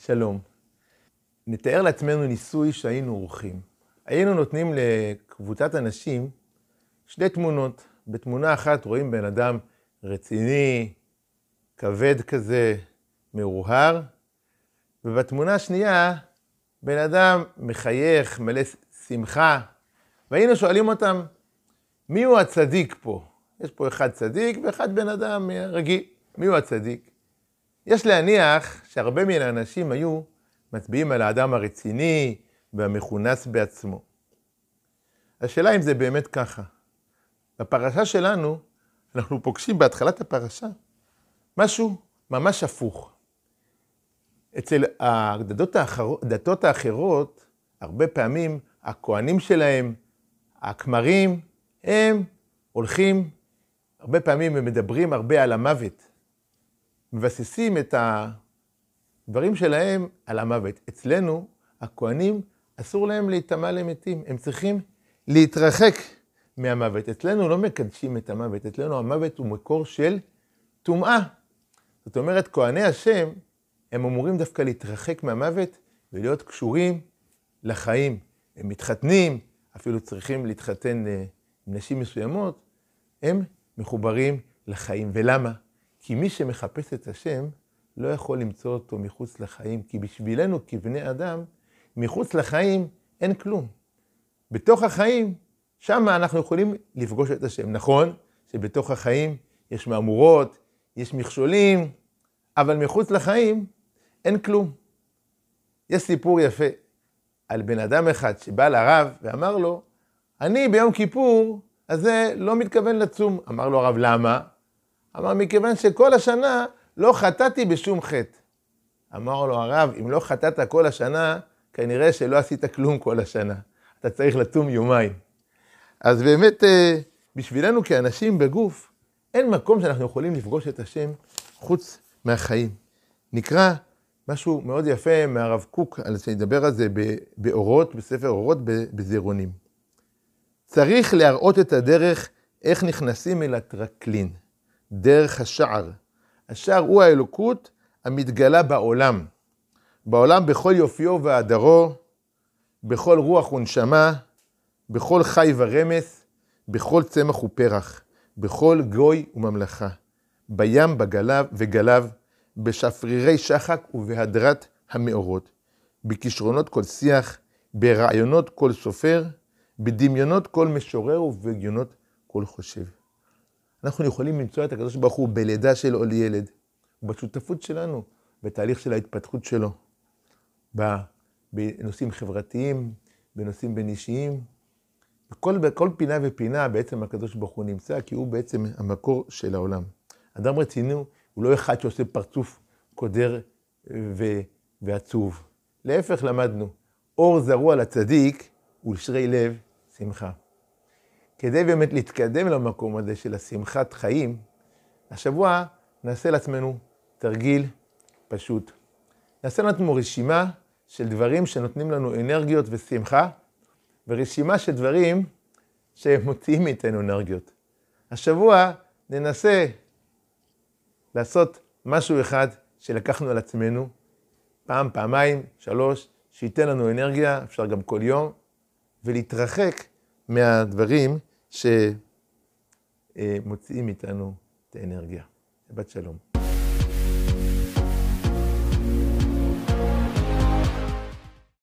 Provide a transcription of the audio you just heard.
שלום. נתאר לעצמנו ניסוי שהיינו עורכים. היינו נותנים לקבוצת אנשים שתי תמונות. בתמונה אחת רואים בן אדם רציני, כבד כזה, מאורהר, ובתמונה השנייה בן אדם מחייך, מלא שמחה, והיינו שואלים אותם, מי הוא הצדיק פה? יש פה אחד צדיק ואחד בן אדם רגיל. מי הוא הצדיק? יש להניח שהרבה מן האנשים היו מצביעים על האדם הרציני והמכונס בעצמו. השאלה אם זה באמת ככה. בפרשה שלנו אנחנו פוגשים בהתחלת הפרשה משהו ממש הפוך. אצל הדתות האחרות, הרבה פעמים הכהנים שלהם, הכמרים, הם הולכים, הרבה פעמים הם מדברים הרבה על המוות. מבססים את הדברים שלהם על המוות. אצלנו, הכהנים, אסור להם להיטמע למתים. הם צריכים להתרחק מהמוות. אצלנו לא מקדשים את המוות. אצלנו המוות הוא מקור של טומאה. זאת אומרת, כהני השם, הם אמורים דווקא להתרחק מהמוות ולהיות קשורים לחיים. הם מתחתנים, אפילו צריכים להתחתן עם נשים מסוימות, הם מחוברים לחיים. ולמה? כי מי שמחפש את השם לא יכול למצוא אותו מחוץ לחיים, כי בשבילנו כבני אדם, מחוץ לחיים אין כלום. בתוך החיים, שם אנחנו יכולים לפגוש את השם. נכון שבתוך החיים יש מהמורות, יש מכשולים, אבל מחוץ לחיים אין כלום. יש סיפור יפה על בן אדם אחד שבא לרב ואמר לו, אני ביום כיפור הזה לא מתכוון לצום. אמר לו הרב, למה? אמר, מכיוון שכל השנה לא חטאתי בשום חטא. אמר לו הרב, אם לא חטאת כל השנה, כנראה שלא עשית כלום כל השנה. אתה צריך לצום יומיים. אז באמת, בשבילנו כאנשים בגוף, אין מקום שאנחנו יכולים לפגוש את השם חוץ מהחיים. נקרא משהו מאוד יפה מהרב קוק, שידבר על זה באורות, בספר אורות בזירונים. צריך להראות את הדרך איך נכנסים אל הטרקלין. דרך השער. השער הוא האלוקות המתגלה בעולם. בעולם בכל יופיו והדרו, בכל רוח ונשמה, בכל חי ורמס, בכל צמח ופרח, בכל גוי וממלכה, בים וגליו, בשפרירי שחק ובהדרת המאורות, בכישרונות כל שיח, ברעיונות כל סופר, בדמיונות כל משורר ובגיונות כל חושב. אנחנו יכולים למצוא את הקדוש ברוך הוא בלידה של כל ילד, ובשותפות שלנו, בתהליך של ההתפתחות שלו, בנושאים חברתיים, בנושאים בין אישיים. בכל פינה ופינה בעצם הקדוש ברוך הוא נמצא, כי הוא בעצם המקור של העולם. אדם רציני הוא לא אחד שעושה פרצוף קודר ועצוב. להפך למדנו, אור זרוע לצדיק ולשרי לב שמחה. כדי באמת להתקדם למקום הזה של השמחת חיים, השבוע נעשה לעצמנו תרגיל פשוט. נעשה לעצמנו רשימה של דברים שנותנים לנו אנרגיות ושמחה, ורשימה של דברים שמוציאים מאיתנו אנרגיות. השבוע ננסה לעשות משהו אחד שלקחנו על עצמנו, פעם, פעמיים, 3, שייתן לנו אנרגיה, אפשר גם כל יום, ולהתרחק מהדברים שמוציאים איתנו את האנרגיה. שבת שלום.